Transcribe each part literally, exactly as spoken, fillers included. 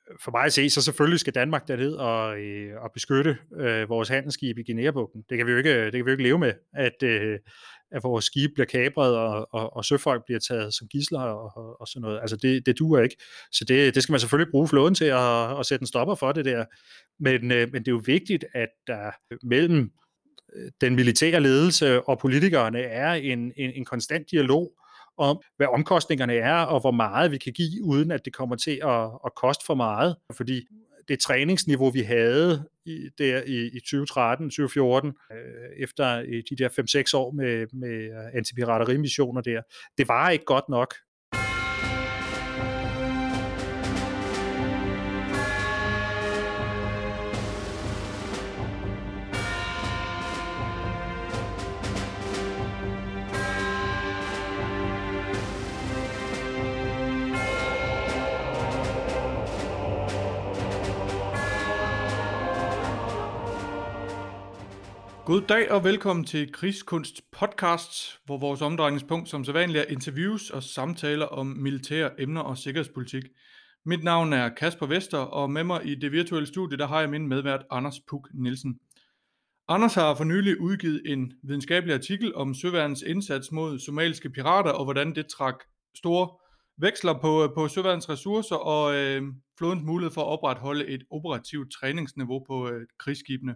for mig at se, så selvfølgelig skal Danmark derned og, øh, og beskytte øh, vores handelsskib i Guinea-bugten. Det kan vi jo ikke, det kan vi jo ikke leve med, at, øh, at vores skib bliver kapret, og, og, og søfolk bliver taget som gidsler og, og, og sådan noget. Altså det, det duer ikke. Så det, det skal man selvfølgelig bruge flåden til at, at sætte en stopper for det der. Men, øh, men det er jo vigtigt, at der mellem den militære ledelse og politikerne er en, en, en konstant dialog om, hvad omkostningerne er, og hvor meget vi kan give, uden at det kommer til at, at koste for meget. Fordi det træningsniveau, vi havde i, der i, i tyve tretten, tyve fjorten, øh, efter de der fem seks år med, med antipiraterimissioner der, det var ikke godt nok. God dag og velkommen til Krigskunst podcast, hvor vores omdrejningspunkt som sædvanligt er interviews og samtaler om militære emner og sikkerhedspolitik. Mit navn er Kasper Vester, og med mig i det virtuelle studie, der har jeg min medvært Anders Puk Nielsen. Anders har for nylig udgivet en videnskabelig artikel om søværnets indsats mod somaliske pirater, og hvordan det trak store veksler på, på søværnets ressourcer og øh, flådens mulighed for at opretholde et operativt træningsniveau på øh, krigsskibene.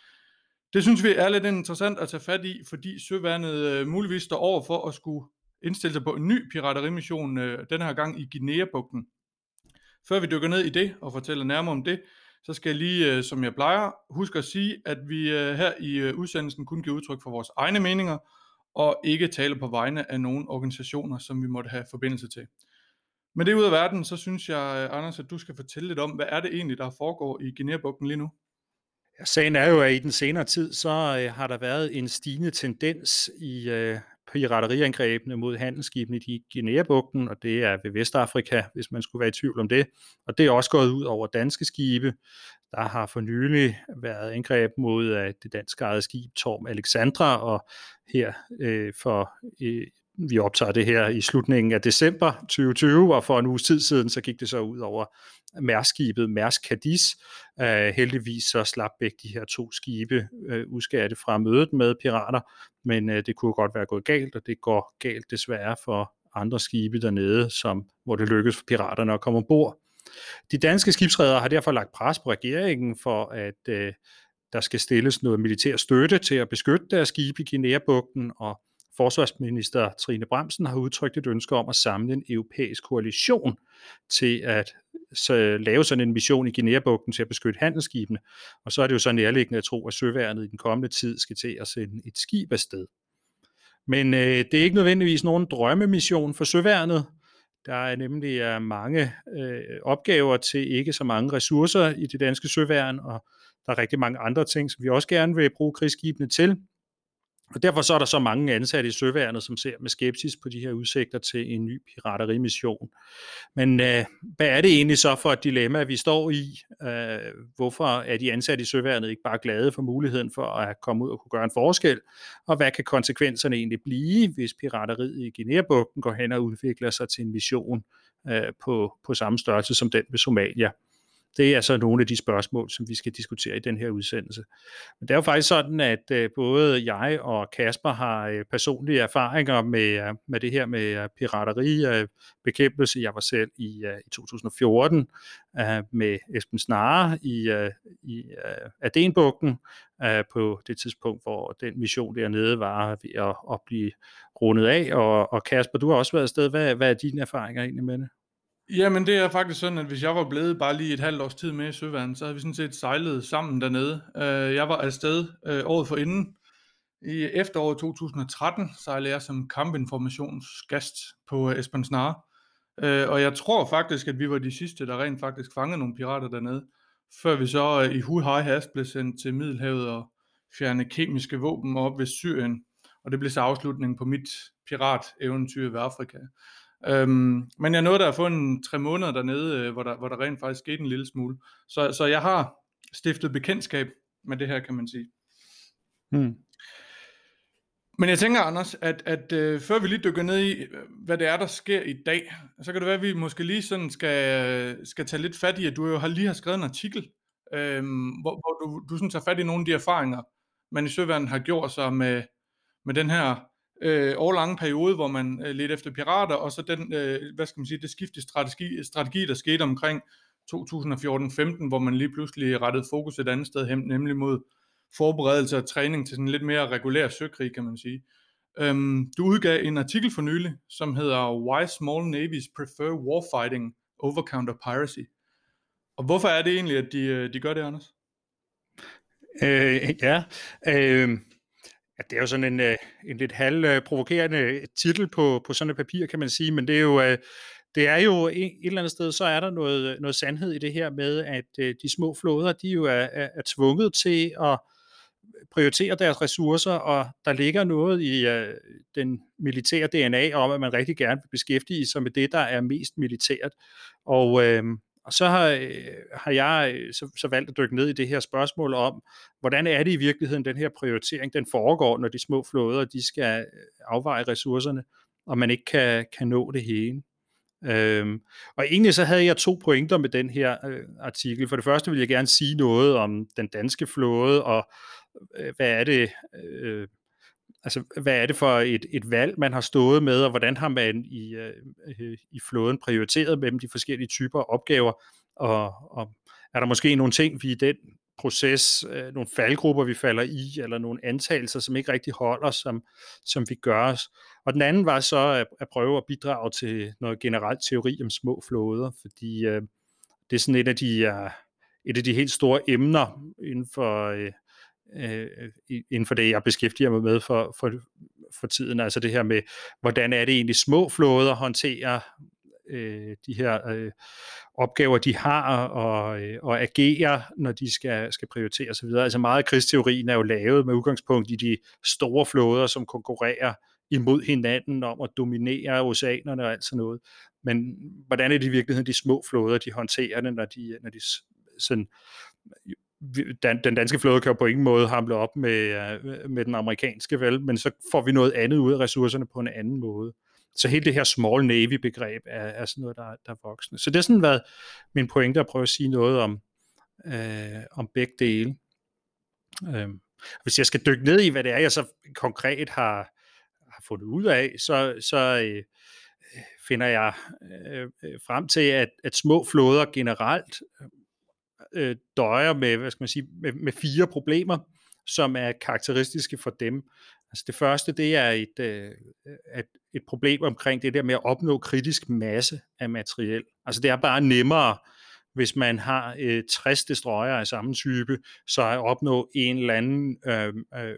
Det synes vi er lidt interessant at tage fat i, fordi søværnet øh, muligvis står over for at skulle indstille sig på en ny piraterimission, øh, den her gang i Guinea-bugten. Før vi dykker ned i det og fortæller nærmere om det, så skal jeg lige, øh, som jeg plejer, huske at sige, at vi øh, her i øh, udsendelsen kun giver udtryk for vores egne meninger, og ikke taler på vegne af nogle organisationer, som vi måtte have forbindelse til. Men det ud af verden, så synes jeg, Anders, at du skal fortælle lidt om, hvad er det egentlig, der foregår i Guinea-bugten lige nu? Sagen er jo, at i den senere tid, så øh, har der været en stigende tendens i øh, pirateriangrebene mod handelsskibene i Guinea-bugten, og det er ved Vestafrika, hvis man skulle være i tvivl om det. Og det er også gået ud over danske skibe. Der har for nylig været angreb mod øh, det danske eget skib Torm Alexandra, og her øh, for... Øh, Vi optager det her i slutningen af december tyve tyve, og for en uges tid siden, så gik det så ud over Mærskskibet Mærsk Cadiz. Uh, heldigvis så slap begge de her to skibe uh, udskatte fra mødet med pirater, men uh, det kunne godt være gået galt, og det går galt desværre for andre skibe dernede, som, hvor det lykkedes for piraterne at komme ombord. De danske skibsredere har derfor lagt pres på regeringen for, at uh, der skal stilles noget militær støtte til at beskytte deres skibe i Guinea-bugten, og forsvarsminister Trine Bramsen har udtrykt et ønske om at samle en europæisk koalition til at så lave sådan en mission i Guinea-bugten til at beskytte handelsskibene. Og så er det jo så nærliggende at tro, at søværnet i den kommende tid skal til at sende et skib afsted. Men øh, det er ikke nødvendigvis nogen drømmemission for søværnet. Der er nemlig er mange øh, opgaver til ikke så mange ressourcer i det danske søværn, og der er rigtig mange andre ting, som vi også gerne vil bruge krigsskibene til. Og derfor så er der så mange ansatte i søværnet, som ser med skepsis på de her udsigter til en ny piraterimission. Men øh, hvad er det egentlig så for et dilemma, vi står i? Øh, hvorfor er de ansatte i søværnet ikke bare glade for muligheden for at komme ud og kunne gøre en forskel? Og hvad kan konsekvenserne egentlig blive, hvis pirateriet i Guinea-bugten går hen og udvikler sig til en mission øh, på, på samme størrelse som den ved Somalia? Det er så nogle af de spørgsmål, som vi skal diskutere i den her udsendelse. Men det er jo faktisk sådan, at øh, både jeg og Kasper har øh, personlige erfaringer med, øh, med det her med øh, pirateribekæmpelse. Øh, jeg var selv i, øh, i to tusind og fjorten øh, med Esben Snare i, øh, i øh, Adenbugten øh, på det tidspunkt, hvor den mission dernede var ved at, at blive rundet af. Og, og Kasper, du har også været afsted. Hvad, hvad er dine erfaringer egentlig med det? Jamen det er faktisk sådan, at hvis jeg var blevet bare lige et halvt års tid med i søværnet, så havde vi sådan set sejlet sammen dernede. Jeg var afsted året forinden. I efteråret to tusind og tretten sejlede jeg som kampinformationsgast på Esben Snare. Og jeg tror faktisk, at vi var de sidste, der rent faktisk fangede nogle pirater dernede, før vi så i hu hej hast blev sendt til Middelhavet og fjerne kemiske våben op ved Syrien. Og det blev så afslutningen på mit pirat-eventyr ved Afrika. Øhm, men jeg nåede der at få en tre måneder dernede, øh, hvor, der, hvor der rent faktisk skete en lille smule. Så, så jeg har stiftet bekendtskab med det her, kan man sige. Hmm. Men jeg tænker, Anders, at, at øh, før vi lige dykker ned i, hvad det er, der sker i dag, så kan det være, at vi måske lige sådan skal, skal tage lidt fat i, at du jo har lige har skrevet en artikel, øh, hvor, hvor du, du sådan tager fat i nogle af de erfaringer, man i søværnet har gjort sig med, med den her øh, årlange periode, hvor man øh, ledte efter pirater, og så den, øh, hvad skal man sige, det skifte strategi, strategi, der skete omkring to tusind og fjorten femten, hvor man lige pludselig rettede fokus et andet sted hen, nemlig mod forberedelse og træning til sådan lidt mere regulær søkrig, kan man sige. Øhm, du udgav en artikel for nylig, som hedder Why Small Navies Prefer Warfighting Over Counter-Piracy. Og hvorfor er det egentlig, at de, de gør det, Anders? Øh, ja, øh, ja, det er jo sådan en, en lidt halvprovokerende titel på, på sådan et papir, kan man sige, men det er jo... Øh, Det er jo et, et eller andet sted, så er der noget, noget sandhed i det her med, at øh, de små flåder, de jo er, er, er tvunget til at prioritere deres ressourcer, og der ligger noget i øh, den militære D N A om, at man rigtig gerne vil beskæftige sig med det, der er mest militært. Og, øh, og så har, øh, har jeg så, så valgt at dykke ned i det her spørgsmål om, hvordan er det i virkeligheden, den her prioritering, den foregår, når de små flåder, de skal afveje ressourcerne, og man ikke kan, kan nå det hele. Øhm, og egentlig så havde jeg to pointer med den her øh, artikel. For det første vil jeg gerne sige noget om den danske flåde, og øh, hvad er det øh, altså hvad er det for et, et valg, man har stået med, og hvordan har man i, øh, i flåden prioriteret mellem de forskellige typer opgaver, og, og er der måske nogle ting, vi i den proces, øh, nogle faldgrupper, vi falder i, eller nogle antagelser, som ikke rigtig holder, som, som vi gør os. Og den anden var så at, at prøve at bidrage til noget generelt teori om små flåder, fordi øh, det er sådan et af de, uh, et af de helt store emner inden for, øh, øh, inden for det, jeg beskæftiger mig med for, for, for tiden. Altså det her med, hvordan er det egentlig små flåder håndterer øh, de her øh, opgaver, de har, og, øh, og agerer, når de skal, skal prioritere osv. Altså meget af krigsteorien er jo lavet med udgangspunkt i de store flåder, som konkurrerer imod hinanden om at dominere oceanerne og alt sådan noget. Men hvordan er det i virkeligheden de små flåder, de håndterer det, når de, når de sådan... Den danske flåde kan jo på ingen måde hamle op med, med den amerikanske, vel, men så får vi noget andet ud af ressourcerne på en anden måde. Så hele det her small navy-begreb er, er sådan noget, der, der er voksende. Så det har sådan været min pointe at prøve at sige noget om, øh, om begge dele. Øh, hvis jeg skal dykke ned i, hvad det er, jeg så konkret har, har fundet ud af, så, så øh, finder jeg øh, frem til, at, at små flåder generelt øh, døjer med, hvad skal man sige, med, med fire problemer, som er karakteristiske for dem. Altså det første, det er et, øh, et, et problem omkring det der med at opnå kritisk masse af materiel. Altså det er bare nemmere, hvis man har øh, tres destroyer af samme type, så at opnå en eller anden øh,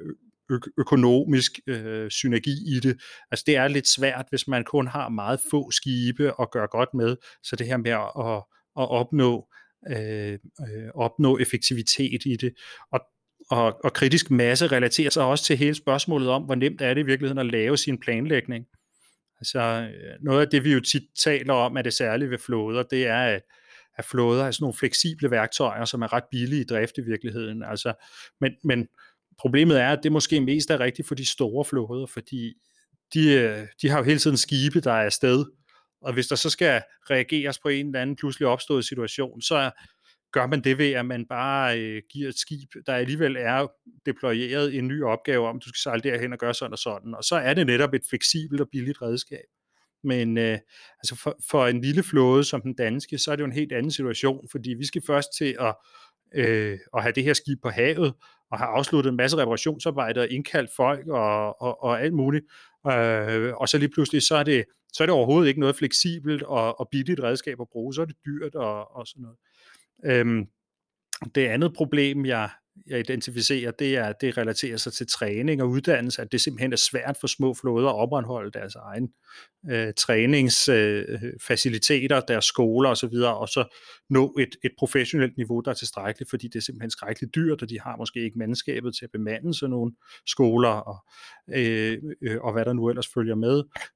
ø- økonomisk øh, synergi i det. Altså det er lidt svært, hvis man kun har meget få skibe at gøre godt med, så det her med at, at, at opnå øh, øh, opnå effektivitet i det. Og Og, og kritisk masse relaterer sig også til hele spørgsmålet om, hvor nemt er det i virkeligheden at lave sin planlægning. Altså noget af det, vi jo tit taler om, er det særlige ved flåder, det er, at, at flåder er sådan nogle fleksible værktøjer, som er ret billige i drift i virkeligheden. Altså, men, men problemet er, at det måske mest er rigtigt for de store flåder, fordi de, de har jo hele tiden skibe, der er afsted, og hvis der så skal reageres på en eller anden pludselig opstået situation, så gør man det ved, at man bare øh, giver et skib, der alligevel er deployeret en ny opgave om, du skal sejle derhen og gøre sådan og sådan, og så er det netop et fleksibelt og billigt redskab. Men øh, altså for, for en lille flåde som den danske, så er det jo en helt anden situation, fordi vi skal først til at, øh, at have det her skib på havet, og have afsluttet en masse reparationsarbejde og indkaldt folk og, og, og alt muligt, øh, og så lige pludselig, så er det, så er det overhovedet ikke noget fleksibelt og, og billigt redskab at bruge, så er det dyrt og, og sådan noget. Øhm, det andet problem, jeg, jeg identificerer, det er, det relaterer sig til træning og uddannelse, at det simpelthen er svært for små flåder at opretholde deres egen øh, træningsfaciliteter, øh, deres skoler osv., og så nå et, et professionelt niveau, der er tilstrækkeligt, fordi det er simpelthen skrækkeligt dyrt, og de har måske ikke mandskabet til at bemande sådan nogle skoler, og, øh, øh, og hvad der nu ellers følger med.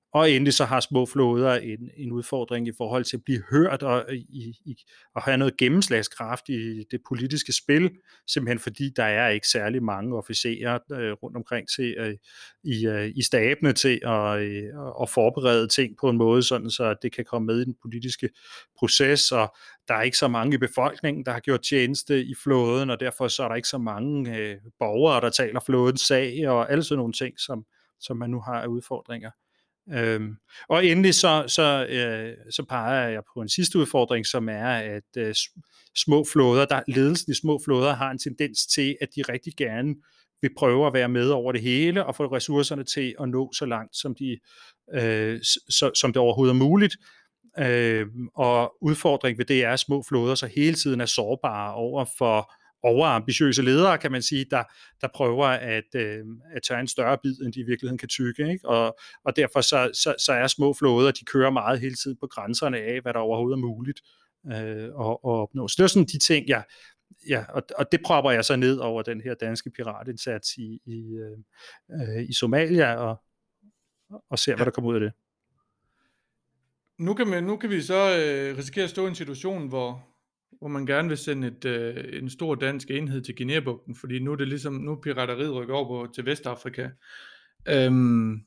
Og endelig så har små flåder en, en udfordring i forhold til at blive hørt og, i, i, og have noget gennemslagskraft i det politiske spil, simpelthen fordi der er ikke særlig mange officerer øh, rundt omkring til, øh, i, øh, i stabene til at, øh, at forberede ting på en måde, sådan så det kan komme med i den politiske proces, og der er ikke så mange i befolkningen, der har gjort tjeneste i flåden, og derfor så er der ikke så mange øh, borgere, der taler flådens sag, og alle sådan nogle ting, som, som man nu har af udfordringer. Øhm, og endelig så, så, øh, så peger jeg på en sidste udfordring, som er, at øh, små flåder, der, ledelsen i små flåder har en tendens til, at de rigtig gerne vil prøve at være med over det hele, og få ressourcerne til at nå så langt, som, de, øh, så, som det overhovedet er muligt. Øh, og udfordringen ved det er, at små flåder så hele tiden er sårbare over for overambitiøse ledere, kan man sige, der, der prøver at, øh, at tage en større bid, end de i virkeligheden kan tygge. Ikke? Og, og derfor så, så, så er små flåder, de kører meget hele tiden på grænserne af, hvad der overhovedet er muligt øh, at, at opnå. Så det er sådan de ting, jeg, ja, og, og det propper jeg så ned over den her danske piratindsats i, i, øh, i Somalia, og, og ser, hvad der kommer ud af det. Nu kan, man, nu kan vi så øh, risikere at stå i en situation, hvor, hvor man gerne vil sende et, øh, en stor dansk enhed til Guinea-bugten, fordi nu er det ligesom, nu er pirateriet rykket over på, til Vestafrika. Øhm,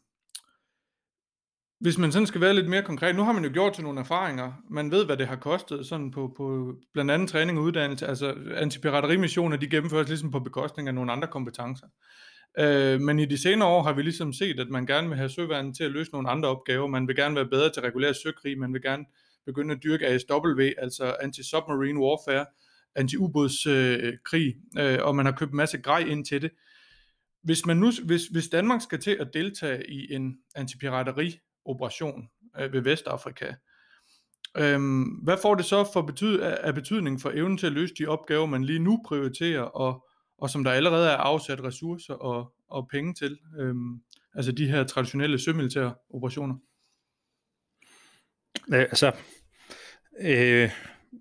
hvis man sådan skal være lidt mere konkret, nu har man jo gjort til nogle erfaringer, man ved, hvad det har kostet, sådan på, på blandt andet træning og uddannelse, altså antipiraterimissioner, de gennemføres ligesom på bekostning af nogle andre kompetencer. Øh, men i de senere år har vi ligesom set, at man gerne vil have søværnet til at løse nogle andre opgaver. Man vil gerne være bedre til regulær søkrig, man vil gerne begynde at dyrke A S W, altså anti-submarine warfare, anti-ubådskrig, øh, og man har købt en masse grej ind til det. Hvis, man nu, hvis, hvis Danmark skal til at deltage i en antipiraterioperation øh, ved Vestafrika, øh, hvad får det så for betyd, af betydning for evnen til at løse de opgaver, man lige nu prioriterer, og og som der allerede er afsat ressourcer og, og penge til, øhm, altså de her traditionelle sømilitære operationer? Øh, altså, øh,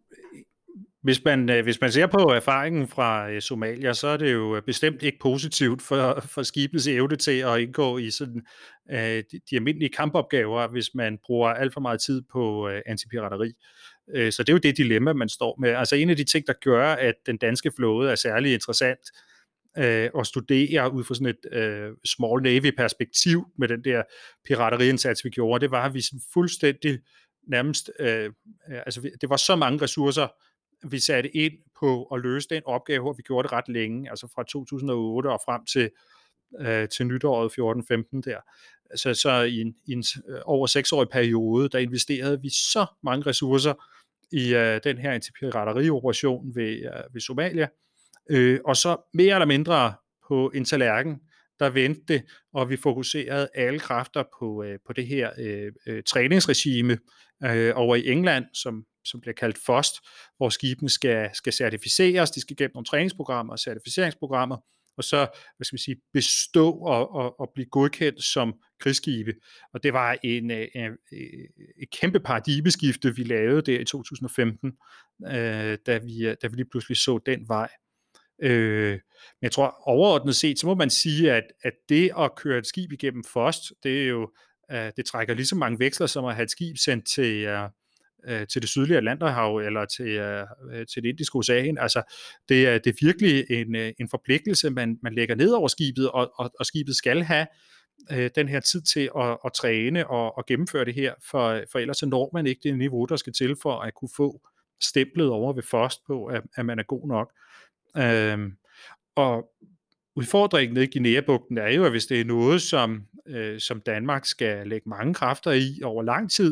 hvis, man, øh, hvis man ser på erfaringen fra øh, Somalia, så er det jo bestemt ikke positivt for, for skibets evne til at indgå i sådan, øh, de, de almindelige kampopgaver, hvis man bruger alt for meget tid på øh, antipirateri. Så det er jo det dilemma, man står med. Altså en af de ting, der gør, at den danske flåde er særlig interessant øh, at studere ud fra sådan et øh, small navy-perspektiv med den der pirateriindsats, vi gjorde, det var, at vi sådan fuldstændig nærmest, øh, altså det var så mange ressourcer, vi satte ind på at løse den opgave, og vi gjorde det ret længe, altså fra to tusind og otte og frem til, øh, til nytåret fjorten femten der. Så, så i en, i en over seksårig periode, der investerede vi så mange ressourcer i øh, den her antipiraterioperation ved, øh, ved Somalia, øh, og så mere eller mindre på en tallerken, der vendte det, og vi fokuserede alle kræfter på, øh, på det her øh, øh, træningsregime øh, over i England, som, som bliver kaldt F O S T, hvor skibene skal, skal certificeres, de skal gennem nogle træningsprogrammer og certificeringsprogrammer, og så hvad skal vi sige, bestå og, og, og blive godkendt som krigsskibe. Og det var en, en, en, et kæmpe paradigmeskifte, vi lavede der i to tusind og femten, øh, da, vi, da vi lige pludselig så den vej. Øh, men jeg tror overordnet set, så må man sige, at, at det at køre et skib igennem F O S T, det er jo, øh, det trækker lige så mange veksler, som at have et skib sendt til, øh, til det sydlige Atlanterhav eller til, uh, til det indiske ocean. Altså, det er, det er virkelig en, en forpligtelse, man, man lægger ned over skibet, og, og, og skibet skal have uh, den her tid til at, at træne og, og gennemføre det her, for, for ellers så når man ikke det niveau, der skal til for at kunne få stemplet over ved F O S T på, at, at man er god nok. Uh, og udfordringen nede i Guinea-bugten er jo, at hvis det er noget, som, uh, som Danmark skal lægge mange kræfter i over lang tid,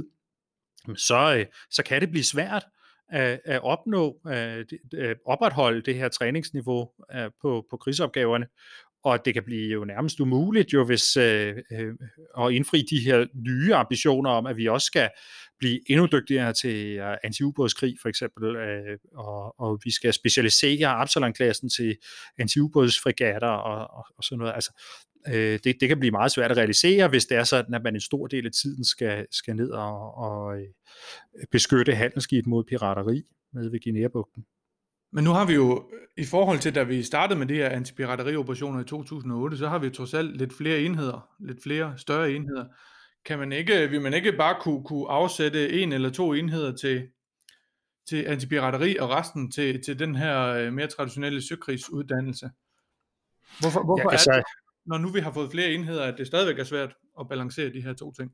Så, så kan det blive svært at, at opnå, at opretholde det her træningsniveau på, på krigsopgaverne, og det kan blive jo nærmest umuligt, jo, hvis øh, øh, at indfri de her nye ambitioner om, at vi også skal blive endnu dygtigere til uh, anti-ubådskrig, for eksempel, øh, og, og vi skal specialisere Absalon-klassen til anti-ubådsfregatter og, og, og sådan noget. Altså, øh, det, det kan blive meget svært at realisere, hvis det er sådan, at man en stor del af tiden skal, skal ned og, og øh, beskytte handelsskib mod pirateri nede ved Guinea-bugten. Men nu har vi jo, i forhold til da vi startede med de her antipiraterioperationer i to tusind og otte, så har vi trods alt lidt flere enheder, lidt flere større enheder. kan man ikke, vil man ikke bare kunne, kunne afsætte en eller to enheder til, til antipirateri og resten til, til den her øh, mere traditionelle søkrigsuddannelse? Hvorfor, Ja, hvorfor er det, altså, når nu vi har fået flere enheder, at det stadigvæk er svært at balancere de her to ting?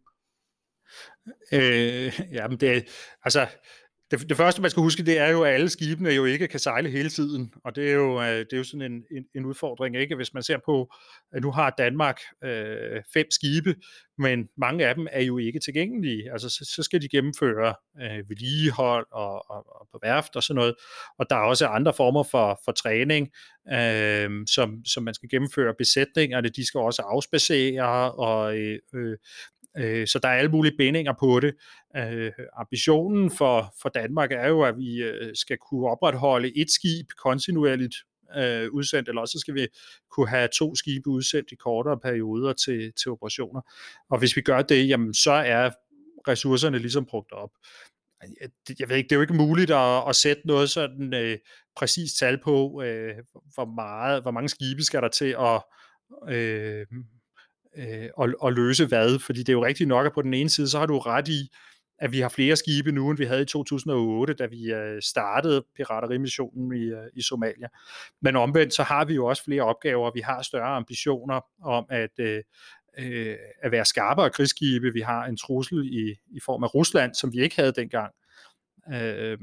øh, jamen det, altså, det, det første, man skal huske, det er jo, at alle skibene jo ikke kan sejle hele tiden, og det er jo, øh, det er jo sådan en, en, en udfordring, ikke? Hvis man ser på, at nu har Danmark øh, fem skibe, men mange af dem er jo ikke tilgængelige. Altså, så, så skal de gennemføre øh, vedligehold og, og, og på værft og sådan noget, og der er også andre former for, for træning, øh, som, som man skal gennemføre. Besætningerne, de skal også afspacere, og øh, øh, så der er alle mulige bindinger på det. Øh, ambitionen for, for Danmark er jo, at vi øh, skal kunne opretholde et skib kontinuerligt øh, udsendt, eller også skal vi kunne have to skibe udsendt i kortere perioder til, til operationer. Og hvis vi gør det, jamen, så er ressourcerne ligesom brugt op. Jeg, jeg ved ikke, det er jo ikke muligt at, at sætte noget sådan øh, præcist tal på, øh, hvor, meget, hvor mange skibe skal der til at øh, øh, og, og løse hvad, fordi det er jo rigtigt nok, at på den ene side, så har du ret i, at vi har flere skibe nu, end vi havde i to tusind og otte, da vi øh, startede piraterimissionen i, øh, i Somalia. Men omvendt, så har vi jo også flere opgaver, og vi har større ambitioner om at, øh, øh, at være skarpere krigsskibe. Vi har en trussel i, i form af Rusland, som vi ikke havde dengang. Øh,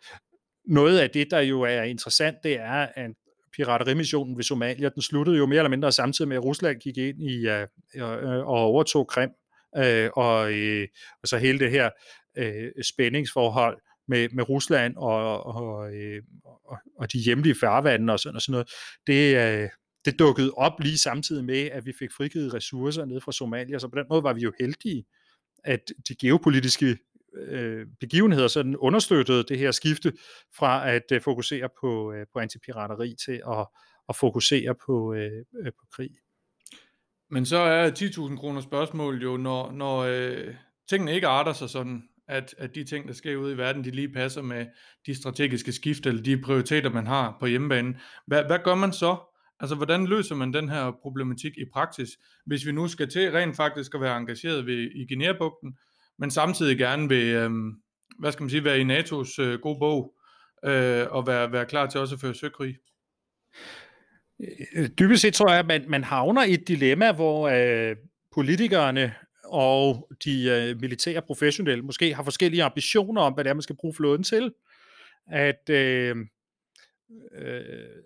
noget af det, der jo er interessant, det er, at piraterimissionen ved Somalia, den sluttede jo mere eller mindre samtidig med, at Rusland gik ind i uh, og overtog Krim, uh, og, uh, og så hele det her uh, spændingsforhold med, med Rusland og, og, uh, og, og de hjemlige farvande og sådan, og sådan noget, det, uh, det dukkede op lige samtidig med, at vi fik frigivet ressourcer ned fra Somalia, så på den måde var vi jo heldige, at de geopolitiske begivenheder sådan understøttede det her skifte fra at uh, fokusere på, uh, på antipirateri til at, at fokusere på, uh, på krig. Men så er ti tusind kroner spørgsmål jo, når, når øh, tingene ikke arter sig sådan, at, at de ting, der sker ude i verden, de lige passer med de strategiske skift, eller de prioriteter, man har på hjemmebane. Hvad, hvad gør man så? Altså, hvordan løser man den her problematik i praksis, hvis vi nu skal til rent faktisk at være engageret ved, i Guinea-bugten, men samtidig gerne vil, øh, hvad skal man sige, være i N A T O's øh, gode bog, øh, og være, være klar til også at føre søkrig? Dybest set tror jeg, at man, man havner i et dilemma, hvor øh, politikerne og de øh, militære professionelle måske har forskellige ambitioner om, hvad det er, man skal bruge flåden til. At øh, øh,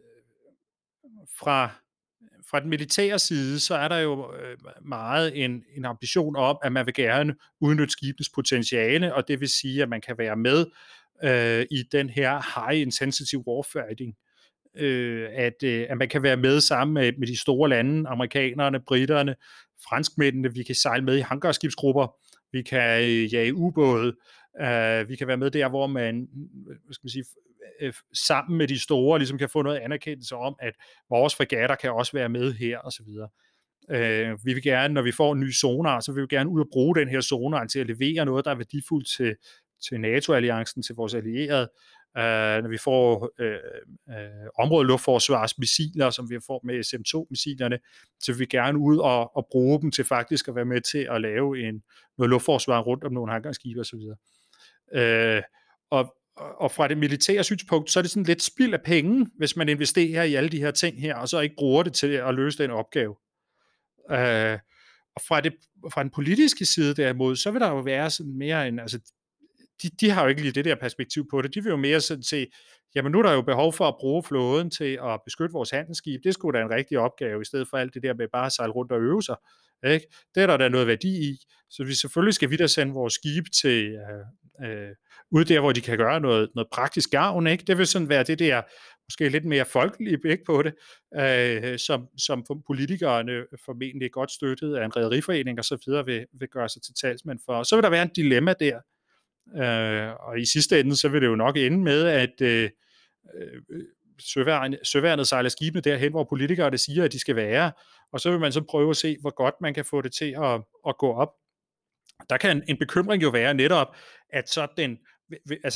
fra fra den militære side, så er der jo meget en, en ambition om, at man vil gerne udnytte skibens potentiale, og det vil sige, at man kan være med øh, i den her high intensity warfighting. Øh, at, øh, at man kan være med sammen med, med de store lande, amerikanerne, britterne, franskmændene, vi kan sejle med i hangarskibsgrupper, vi kan øh, jage ubåde, øh, vi kan være med der, hvor man, hvad skal man sige, øh, sammen med de store ligesom kan få noget anerkendelse om, at vores fregatter kan også være med her, og så videre. Øh, vi vil gerne, når vi får en ny sonar, så vil vi gerne ud og bruge den her sonar til at levere noget, der er værdifuldt til, til NATO-alliancen, til vores allierede. Uh, når vi får uh, uh, områdeluftforsvarsmissiler, som vi får med S M to missilerne, så vil vi gerne ud og, og bruge dem til faktisk at være med til at lave en, noget luftforsvar rundt om nogle hangarskibe og så videre. Uh, og, og fra det militære synspunkt, så er det sådan lidt spild af penge, hvis man investerer i alle de her ting her, og så ikke bruger det til at løse den opgave. Uh, og fra, det, fra den politiske side derimod, så vil der jo være sådan mere en, altså De, de har jo ikke lige det der perspektiv på det. De vil jo mere sådan se, jamen nu er der jo behov for at bruge flåden til at beskytte vores handelsskib. Det skulle da en rigtig opgave, i stedet for alt det der med bare at sejle rundt og øve sig. Ikke? Det er der da noget værdi i. Så vi, selvfølgelig skal vi da sende vores skib til øh, øh, ud der, hvor de kan gøre noget, noget praktisk gavn. Ikke? Det vil sådan være det der, måske lidt mere folkelige blik på det, øh, som, som politikerne formentlig godt støttet af en rederiforening og så videre vil, vil gøre sig til talsmænd for. Så vil der være en dilemma der. Øh, og i sidste ende, så vil det jo nok ende med, at øh, søværnet, søværnet sejler skibene derhen, hvor politikere siger, at de skal være, og så vil man så prøve at se, hvor godt man kan få det til at, at gå op. Der kan en, en bekymring jo være netop, at så den, altså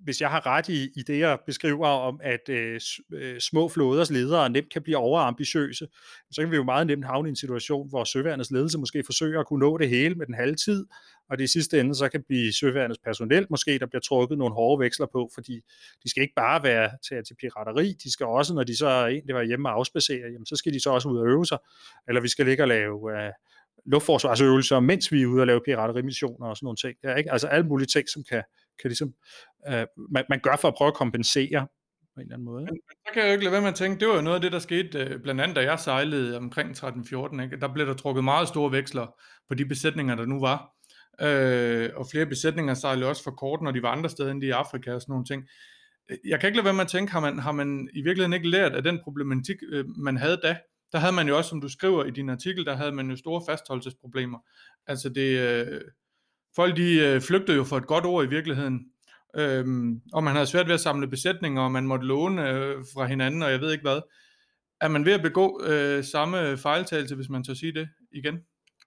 hvis jeg har ret i, i det, jeg beskriver om, at øh, små flåders ledere nemt kan blive overambitiøse, så kan vi jo meget nemt havne i en situation, hvor søværnets ledelse måske forsøger at kunne nå det hele med den halve tid, og det i sidste ende så kan blive søværnets personel måske, der bliver trukket nogle hårde veksler på, fordi de skal ikke bare være til, til pirateri, de skal også, når de så egentlig var hjemme og afspacere, jamen, så skal de så også ud og øve sig, eller vi skal ligge og lave øh, luftforsvarsøvelser, mens vi er ude og lave piraterimissioner og sådan nogle ting. Ja, ikke? Altså alle mulige ting, som kan, kan ligesom, øh, man, man gør for at prøve at kompensere på en eller anden måde. Men så kan jeg jo ikke lade være med at tænke, det var jo noget af det, der skete, øh, blandt andet da jeg sejlede omkring tretten fjorten, ikke? Der blev der trukket meget store veksler på de besætninger, der nu var. Øh, og flere besætninger sejlede også for kort, når de var andre steder end i Afrika og sådan nogle ting. Jeg kan ikke lade være med at tænke, har man, har man i virkeligheden ikke lært af den problematik, øh, man havde da? Der havde man jo også, som du skriver i din artikel, der havde man jo store fastholdelsesproblemer. Altså det, øh, folk de øh, flygtede jo for et godt ord i virkeligheden, øhm, og man havde svært ved at samle besætninger, og man måtte låne øh, fra hinanden, og jeg ved ikke hvad. Er man ved at begå øh, samme fejltagelse, hvis man tør sige det igen?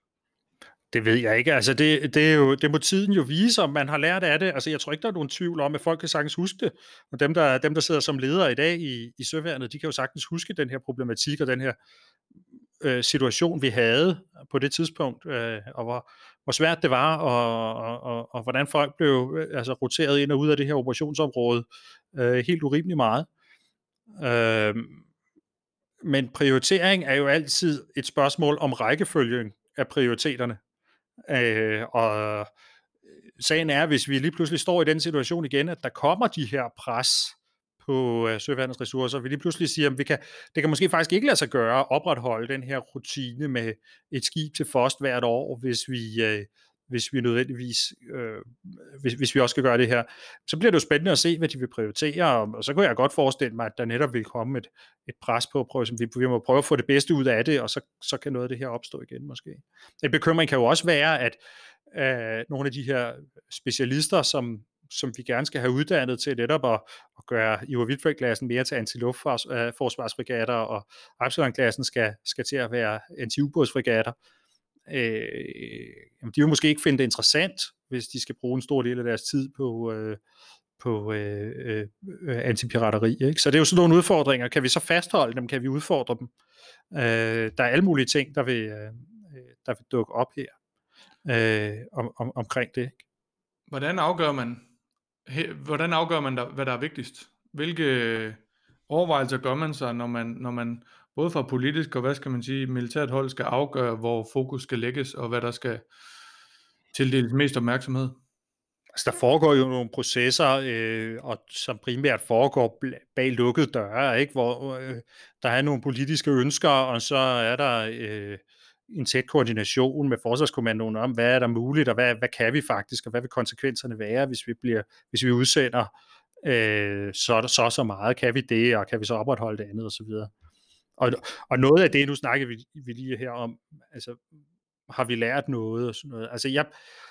Det ved jeg ikke. Altså det, det, er jo, det må tiden jo vise, om man har lært af det. Altså jeg tror ikke, der er nogen tvivl om, at folk kan sagtens huske det. Og dem, der, dem, der sidder som ledere i dag i, i Søværnet, de kan jo sagtens huske den her problematik og den her øh, situation, vi havde på det tidspunkt, øh, og hvor, hvor svært det var, og, og, og, og hvordan folk blev øh, altså, roteret ind og ud af det her operationsområde øh, helt urimelig meget. Øh, men prioritering er jo altid et spørgsmål om rækkefølgen af prioriteterne. Øh, og sagen er, hvis vi lige pludselig står i den situation igen, at der kommer de her pres på øh, søværnets ressourcer, vi lige pludselig siger, at vi kan, det kan måske faktisk ikke lade sig gøre at opretholde den her rutine med et skib til Fost hvert år, hvis vi, øh, hvis vi nødvendigvis, øh, hvis, hvis vi også skal gøre det her. Så bliver det jo spændende at se, hvad de vil prioritere, og, og så kunne jeg godt forestille mig, at der netop vil komme et, et pres på at prøve, vi, vi må prøve at få det bedste ud af det, og så, så kan noget af det her opstå igen måske. En bekymring kan jo også være, at øh, nogle af de her specialister, som som vi gerne skal have uddannet til netop at, at gøre Iver Huitfeldt-klassen mere til antiluftforsvarsfregatter, og Absalon-klassen skal, skal til at være anti-ubådsfregatter. Øh, jamen, de vil måske ikke finde det interessant, hvis de skal bruge en stor del af deres tid på, øh, på øh, øh, antipirateri. Ikke? Så det er jo sådan nogle udfordringer. Kan vi så fastholde dem? Kan vi udfordre dem? Øh, der er alle mulige ting, der vil, øh, der vil dukke op her øh, om, om, omkring det. Ikke? Hvordan afgør man, hvordan afgør man, der, hvad der er vigtigst? Hvilke overvejelser gør man sig, når man, når man både fra politisk og hvad skal man sige, militært hold skal afgøre, hvor fokus skal lægges, og hvad der skal tildeles mest opmærksomhed? Altså, der foregår jo nogle processer, øh, og som primært foregår bag lukkede døre, ikke? Hvor øh, der er nogle politiske ønsker, og så er der øh, en tæt koordination med Forsvarskommandoen om, hvad er der muligt, og hvad, hvad kan vi faktisk, og hvad vil konsekvenserne være, hvis vi, bliver, hvis vi udsender øh, så, så så meget, kan vi det, og kan vi så opretholde det andet, og så videre. Og, og noget af det, nu snakker vi, vi lige her om, altså, har vi lært noget, og sådan noget. Altså, jeg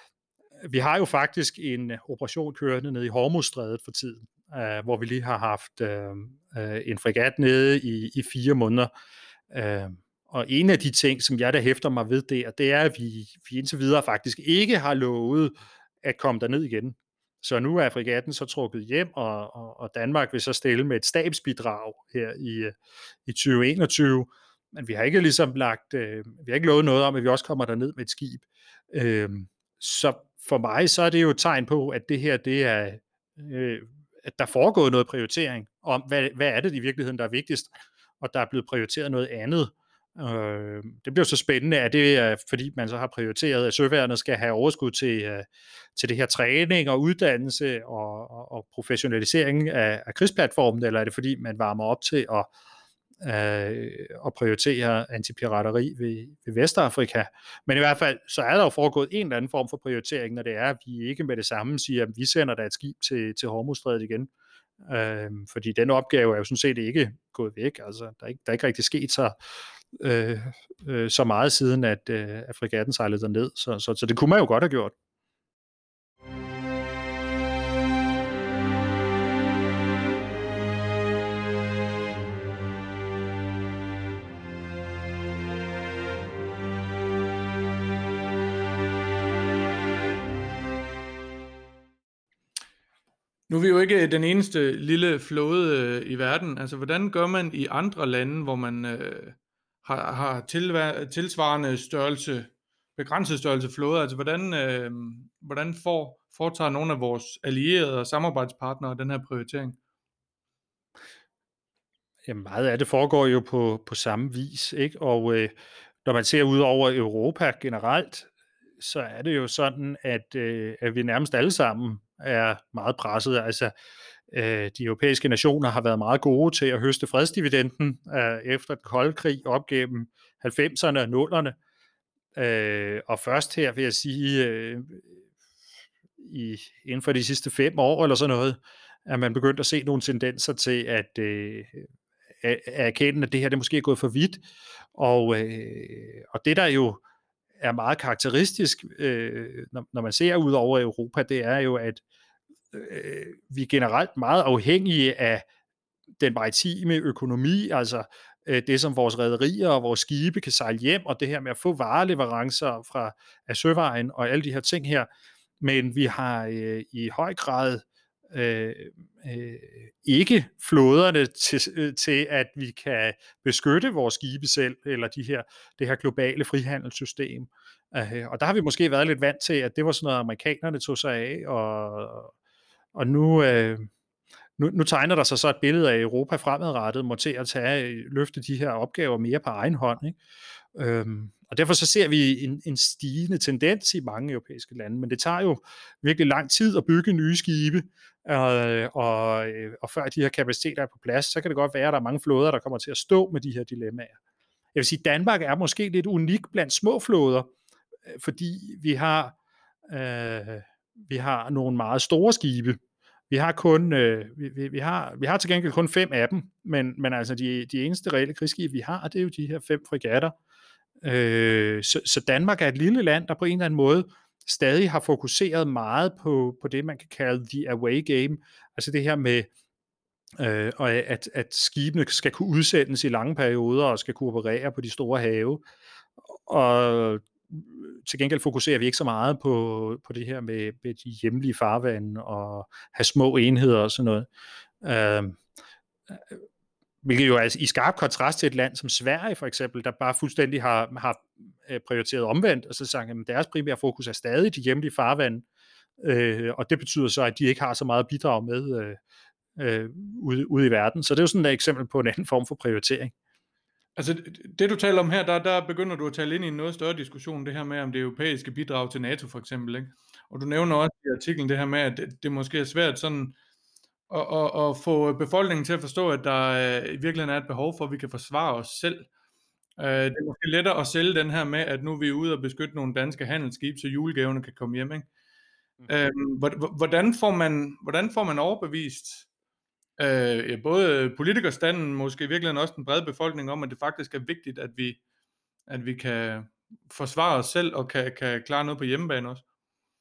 Vi har jo faktisk en operation kørende nede i Hormuzstrædet for tiden, øh, hvor vi lige har haft øh, en fregat nede i, i fire måneder. Øh, og en af de ting, som jeg der hæfter mig ved der, det er, at vi, vi indtil videre faktisk ikke har lovet at komme derned igen. Så nu er fregatten så trukket hjem, og, og, og Danmark vil så stille med et stabsbidrag her i, i tyve enogtyve. Men vi har ikke ligesom lagt, øh, vi har ikke lovet noget om, at vi også kommer derned med et skib. Øh, så for mig, så er det jo et tegn på, at det her, det er, øh, at der foregår noget prioritering om, hvad, hvad er det i virkeligheden, der er vigtigst, og der er blevet prioriteret noget andet. Øh, det bliver så spændende, at det er, fordi man så har prioriteret, at søværnet skal have overskud til, øh, til det her træning og uddannelse og, og, og professionalisering af, af krigsplatformen, eller er det fordi, man varmer op til at Øh, og prioritere antipirateri ved, ved Vestafrika. Men i hvert fald, så er der jo foregået en eller anden form for prioritering, når det er, at vi ikke med det samme siger, at vi sender der et skib til, til Hormuzstrædet igen. Øh, fordi den opgave er jo sådan set ikke gået væk. Altså, der, er ikke, der er ikke rigtig sket så, øh, øh, så meget siden, at, øh, at fregatten sejlede derned. Så, så, så det kunne man jo godt have gjort. Nu er vi jo ikke den eneste lille flåde øh, i verden. Altså, hvordan gør man i andre lande, hvor man øh, har, har tilvær- tilsvarende størrelse, begrænset størrelse flåde? Altså, hvordan, øh, hvordan får, foretager nogle af vores allierede og samarbejdspartnere den her prioritering? Jamen, meget af det foregår jo på, på samme vis, ikke? Og øh, når man ser ud over Europa generelt, så er det jo sådan, at, øh, at vi nærmest alle sammen er meget presset. Altså, øh, de europæiske nationer har været meget gode til at høste fredsdividenden øh, efter den kolde krig op gennem halvfemserne og nullerne. Øh, og først her vil jeg sige, øh, i, inden for de sidste fem år eller sådan noget, er man begyndt at se nogle tendenser til at, øh, at erkende, at det her det måske er gået for vidt. Og, øh, og det der jo er meget karakteristisk, øh, når, når man ser ud over Europa, det er jo, at øh, vi er generelt meget afhængige af den maritime økonomi, altså øh, det, som vores rederier og vores skibe kan sejle hjem, og det her med at få vareleverancer fra af søvejen og alle de her ting her. Men vi har øh, i høj grad øh, øh, ikke flåderne til, øh, til, at vi kan beskytte vores skibe selv, eller de her, det her globale frihandelssystem. Øh, og der har vi måske været lidt vant til, at det var sådan noget, amerikanerne tog sig af, og, og nu... Øh, Nu, nu tegner der sig så et billede af Europa fremadrettet, må til at tage, løfte de her opgaver mere på egen hånd. Ikke? Øhm, og derfor så ser vi en, en stigende tendens i mange europæiske lande, men det tager jo virkelig lang tid at bygge nye skibe, øh, og, og før de her kapaciteter er på plads, så kan det godt være, at der er mange flåder, der kommer til at stå med de her dilemmaer. Jeg vil sige, at Danmark er måske lidt unik blandt små flåder, fordi vi har, øh, vi har nogle meget store skibe. Vi har kun, øh, vi, vi, har, vi har til gengæld kun fem af dem, men, men altså de, de eneste reelle krigsskibe, vi har, det er jo de her fem fregatter. Øh, så, så Danmark er et lille land, der på en eller anden måde stadig har fokuseret meget på, på det, man kan kalde the away game, altså det her med, øh, at, at skibene skal kunne udsendes i lange perioder og skal kunne operere på de store have. Og til gengæld fokuserer vi ikke så meget på, på det her med, med de hjemlige farvande og have små enheder og sådan noget. Øh, hvilket jo er i skarp kontrast til et land som Sverige for eksempel, der bare fuldstændig har, har prioriteret omvendt, og så sagt, at deres primære fokus er stadig de hjemlige farvande, øh, og det betyder så, at de ikke har så meget bidrag med øh, øh, ude, ude i verden. Så det er jo sådan et eksempel på en anden form for prioritering. Altså det du taler om her, der, der begynder du at tale ind i en noget større diskussion, det her med om det europæiske bidrag til NATO for eksempel, ikke? Og du nævner også i artiklen det her med, at det, det måske er svært sådan at, at, at få befolkningen til at forstå, at der i virkeligheden er et behov for, at vi kan forsvare os selv. Det er måske lettere at sælge den her med, at nu er vi ude og beskytte nogle danske handelsskib, så julegaverne kan komme hjem, ikke? Mm. Hvordan får man, hvordan får man overbevist Øh, både politikerstanden, måske i virkeligheden også den brede befolkning, om at det faktisk er vigtigt, at vi, at vi kan forsvare os selv og kan, kan klare noget på hjemmebane også?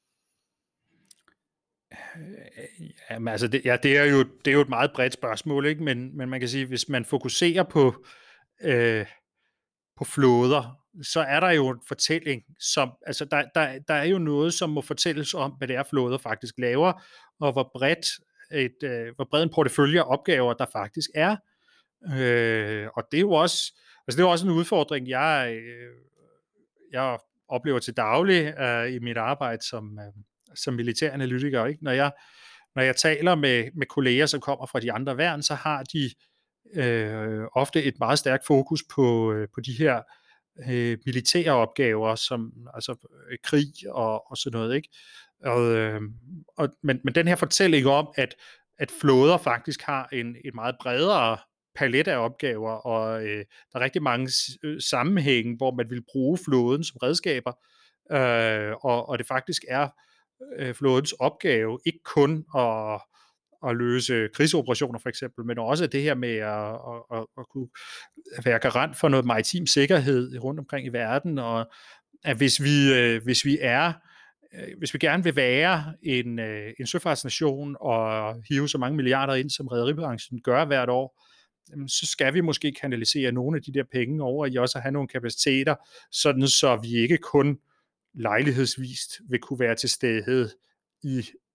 Jamen, altså det, ja, det, er jo, det er jo et meget bredt spørgsmål, ikke? Men, men man kan sige, hvis man fokuserer på, øh, på flåder, så er der jo en fortælling, som, altså der, der, der er jo noget, som må fortælles om, hvad det er, flåder faktisk laver, og hvor bredt et, øh, hvor bred en portefølje af opgaver, der faktisk er. Øh, og det er jo også, altså det er jo også en udfordring, jeg, øh, jeg oplever til daglig øh, i mit arbejde som, øh, som militæranalytiker. Ikke? Når jeg, når jeg taler med, med kolleger, som kommer fra de andre værn, så har de øh, ofte et meget stærkt fokus på, øh, på de her øh, militære opgaver, som altså øh, krig og, og sådan noget, ikke? Og, øh, og, men, men den her fortælling om, at, at flåder faktisk har en, en meget bredere palet af opgaver, og øh, der er rigtig mange sammenhænge, hvor man vil bruge flåden som redskaber, øh, og, og det faktisk er øh, flådens opgave, ikke kun at, at løse krigsoperationer for eksempel, men også det her med at, at, at, at kunne være garant for noget maritim sikkerhed rundt omkring i verden, og at hvis vi, øh, hvis vi er hvis vi gerne vil være en, en søfartsnation og hive så mange milliarder ind, som rederibranchen gør hvert år, så skal vi måske kanalisere nogle af de der penge over i også at have nogle kapaciteter, sådan så vi ikke kun lejlighedsvist vil kunne være til stede i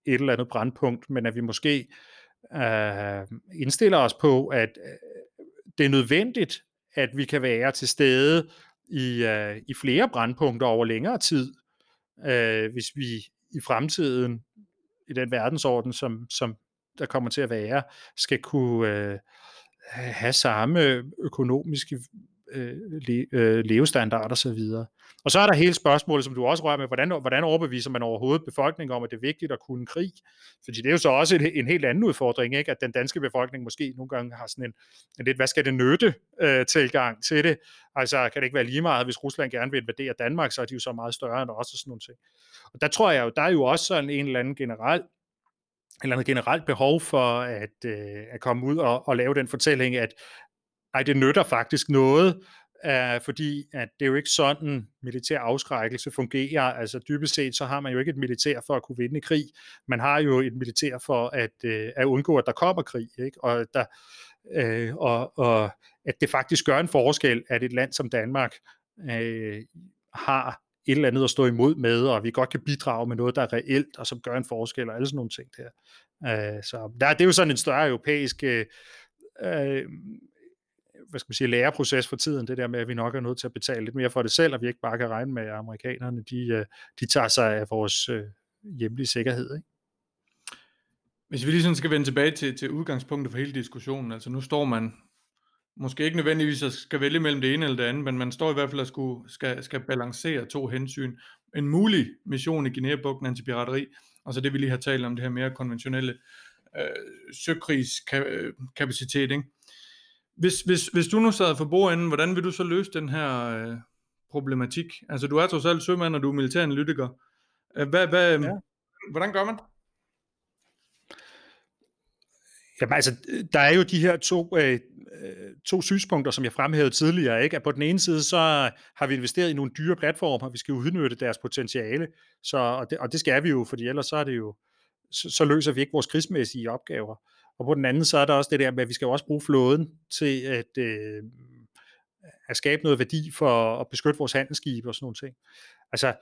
et eller andet brandpunkt, men at vi måske øh, indstiller os på, at øh, det er nødvendigt, at vi kan være til stede i, øh, i flere brandpunkter over længere tid, øh, hvis vi i fremtiden, i den verdensorden, som, som der kommer til at være, skal kunne øh, have samme økonomiske øh, le, øh, levestandard og så videre. Og så er der hele spørgsmålet, som du også rører med, hvordan, hvordan overbeviser man overhovedet befolkningen om, at det er vigtigt at kunne krig? Fordi det er jo så også en, en helt anden udfordring, ikke? At den danske befolkning måske nogle gange har sådan en, en lidt, hvad skal det nytte øh, tilgang til det? Altså kan det ikke være lige meget, hvis Rusland gerne vil invadere Danmark, så er de jo så meget større end os og sådan nogle ting. Og der tror jeg jo, der er jo også sådan en eller anden generel eller andet generelt behov for at, øh, at komme ud og, og lave den fortælling, at ej, det nytter faktisk noget, øh, fordi at det er jo ikke sådan, militær afskrækkelse fungerer. Altså dybest set, så har man jo ikke et militær for at kunne vinde krig. Man har jo et militær for at, øh, at undgå, at der kommer krig, ikke? Og, der, øh, og, og at det faktisk gør en forskel, at et land som Danmark øh, har et eller andet at stå imod med, og vi godt kan bidrage med noget, der er reelt, og som gør en forskel, og alle sådan nogle ting der. Øh, så der, det er jo sådan en større europæisk øh, hvad skal man sige, læreproces for tiden, det der med, at vi nok er nødt til at betale lidt mere for det selv, og vi ikke bare kan regne med, at amerikanerne, de, de tager sig af vores øh, hjemlige sikkerhed, ikke? Hvis vi lige sådan skal vende tilbage til, til udgangspunktet for hele diskussionen, altså nu står man måske ikke nødvendigvis at skal vælge mellem det ene eller det andet, men man står i hvert fald at skulle, skal, skal balancere to hensyn. En mulig mission i Guinea-bugten, antipirateri, og så det vi lige har talt om, det her mere konventionelle øh, søkrigskapacitet, ikke? Hvis, hvis, hvis du nu sad for bordenden, hvordan vil du så løse den her øh, problematik? Altså du er trods alt sømand, og du er militæranalytiker. Hvad, hvad, ja. Hvordan gør man? Jamen altså, der er jo de her to, øh, to synspunkter, som jeg fremhævede tidligere, ikke? At på den ene side, så har vi investeret i nogle dyre platformer, vi skal udnytte deres potentiale, så, og, det, og det skal vi jo, fordi ellers så er det jo, så, så løser vi ikke vores krigsmæssige opgaver. Og på den anden, så er der også det der med, at vi skal også bruge flåden til at, øh, at skabe noget værdi for at beskytte vores handelsskibe og sådan nogle ting. Altså,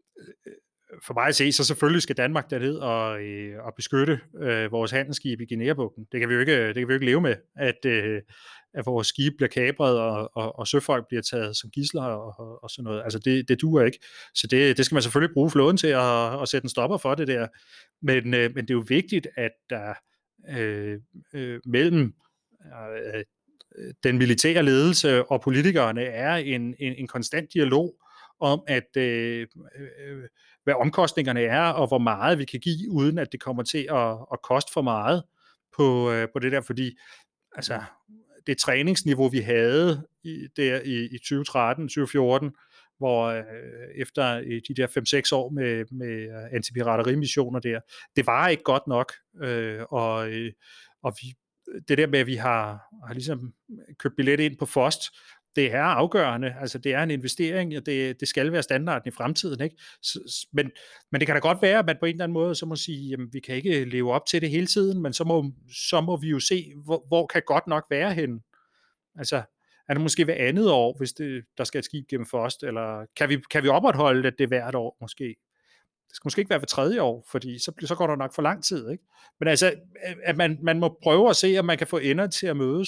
for mig at se, så selvfølgelig skal Danmark derned og, øh, og beskytte øh, vores handelsskib i Guinea-bugten. Det kan vi jo ikke, det kan vi jo ikke leve med, at, øh, at vores skib bliver kapret, og, og, og søfolk bliver taget som gidsler og, og, og sådan noget. Altså det, det duer ikke. Så det, det skal man selvfølgelig bruge flåden til at, at sætte en stopper for det der. Men, øh, men det er jo vigtigt, at der øh, øh, mellem øh, den militære ledelse og politikerne er en, en, en konstant dialog om, at øh, øh, hvad omkostningerne er, og hvor meget vi kan give, uden at det kommer til at, at koste for meget på, øh, på det der, fordi altså, det træningsniveau, vi havde i, der i, i tyve tretten tyve fjorten, hvor øh, efter de der fem seks år med, med antipiraterimissioner der, det var ikke godt nok, øh, og, øh, og vi, det der med, at vi har, har ligesom købt billet ind på F O S T, det er afgørende, altså det er en investering, og det, det skal være standarden i fremtiden, ikke? Så, men, men det kan da godt være, at man på en eller anden måde så må sige, jamen vi kan ikke leve op til det hele tiden, men så må, så må vi jo se, hvor, hvor kan godt nok være henne. Altså, er det måske hver andet år, hvis det, der skal et skib gennem F O S T, eller kan vi, kan vi opretholde det hvert år måske? Det skal måske ikke være hver tredje år, fordi så, så går der nok for lang tid, ikke? Men altså, at man, man må prøve at se, om man kan få ender til at mødes.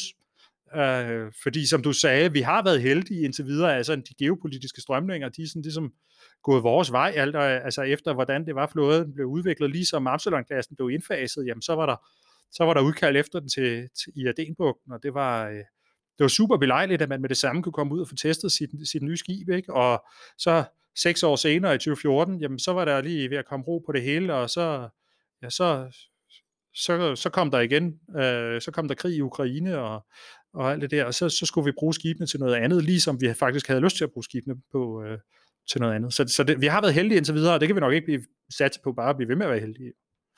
Øh, fordi som du sagde, vi har været heldige indtil videre, altså de geopolitiske strømninger, de er sådan ligesom gået vores vej, alt, altså efter hvordan det var, flåden blev udviklet, ligesom Absalon-klassen blev indfaset, jamen så var der, så var der udkald efter den til, til i Adenbugten, og det var, øh, det var super belejligt, at man med det samme kunne komme ud og få testet sit, sit nye skib, ikke? Og så seks år senere i tyve fjorten, jamen så var der lige ved at komme ro på det hele, og så, ja, så Så, så kom der igen, øh, så kom der krig i Ukraine og, og alt det der, og så, så skulle vi bruge skibene til noget andet, ligesom vi faktisk havde lyst til at bruge skibene på, øh, til noget andet. Så, så det, vi har været heldige indtil videre, og det kan vi nok ikke blive sat på bare at blive ved med at være heldige.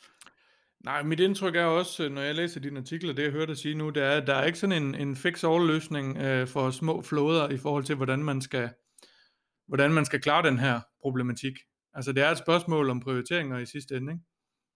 Nej, mit indtryk er også, når jeg læser dine artikler, det jeg hørte dig sige nu, det er, at der er ikke sådan en, en fix-all-løsning øh, for små flåder i forhold til, hvordan man skal, hvordan man skal klare den her problematik. Altså det er et spørgsmål om prioriteringer i sidste ende, ikke?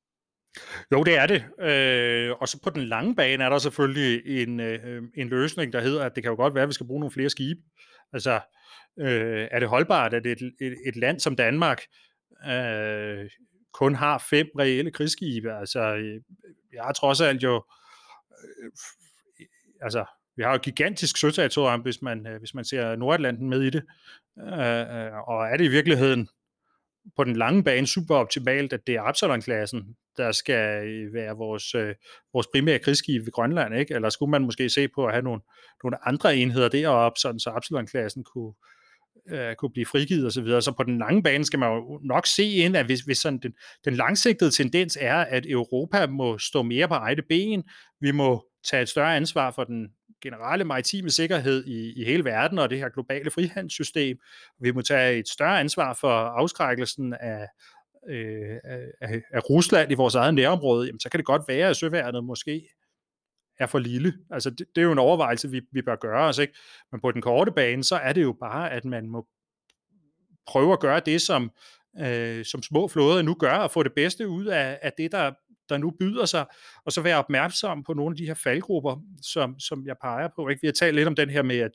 Jo, det er det. Øh, og så på den lange bane er der selvfølgelig en, øh, en løsning, der hedder, at det kan jo godt være, at vi skal bruge nogle flere skibe. Altså, øh, er det holdbart, at et, et, et land som Danmark øh, kun har fem reelle krigsskibe. Altså, øh, jeg har trods alt jo, øh, altså, vi har jo et gigantisk søterritorium, hvis man, øh, hvis man ser Nordatlanten med i det, øh, øh, og er det i virkeligheden på den lange bane super optimalt, at det er Absalon-klassen, der skal være vores, øh, vores primære krigsskib ved Grønland, ikke? Eller skulle man måske se på at have nogle, nogle andre enheder deroppe, sådan så Absalon-klassen kunne, øh, kunne blive frigivet osv. Så, videre. Så på den lange bane skal man jo nok se ind, at hvis, hvis sådan den, den langsigtede tendens er, at Europa må stå mere på egne ben, vi må tage et større ansvar for den generelle maritime sikkerhed i, i hele verden og det her globale frihandelssystem. Vi må tage et større ansvar for afskrækkelsen af, øh, af, af Rusland i vores eget nærområde. Jamen, så kan det godt være, at søværnet måske er for lille. Altså, det, det er jo en overvejelse, vi, vi bør gøre os, ikke? Men på den korte bane, så er det jo bare, at man må prøve at gøre det, som, øh, som små flåder nu gør, og få det bedste ud af, af det, der, der nu byder sig, og så være opmærksom på nogle af de her faldgrupper, som, som jeg peger på. Ikke? Vi har talt lidt om den her med, at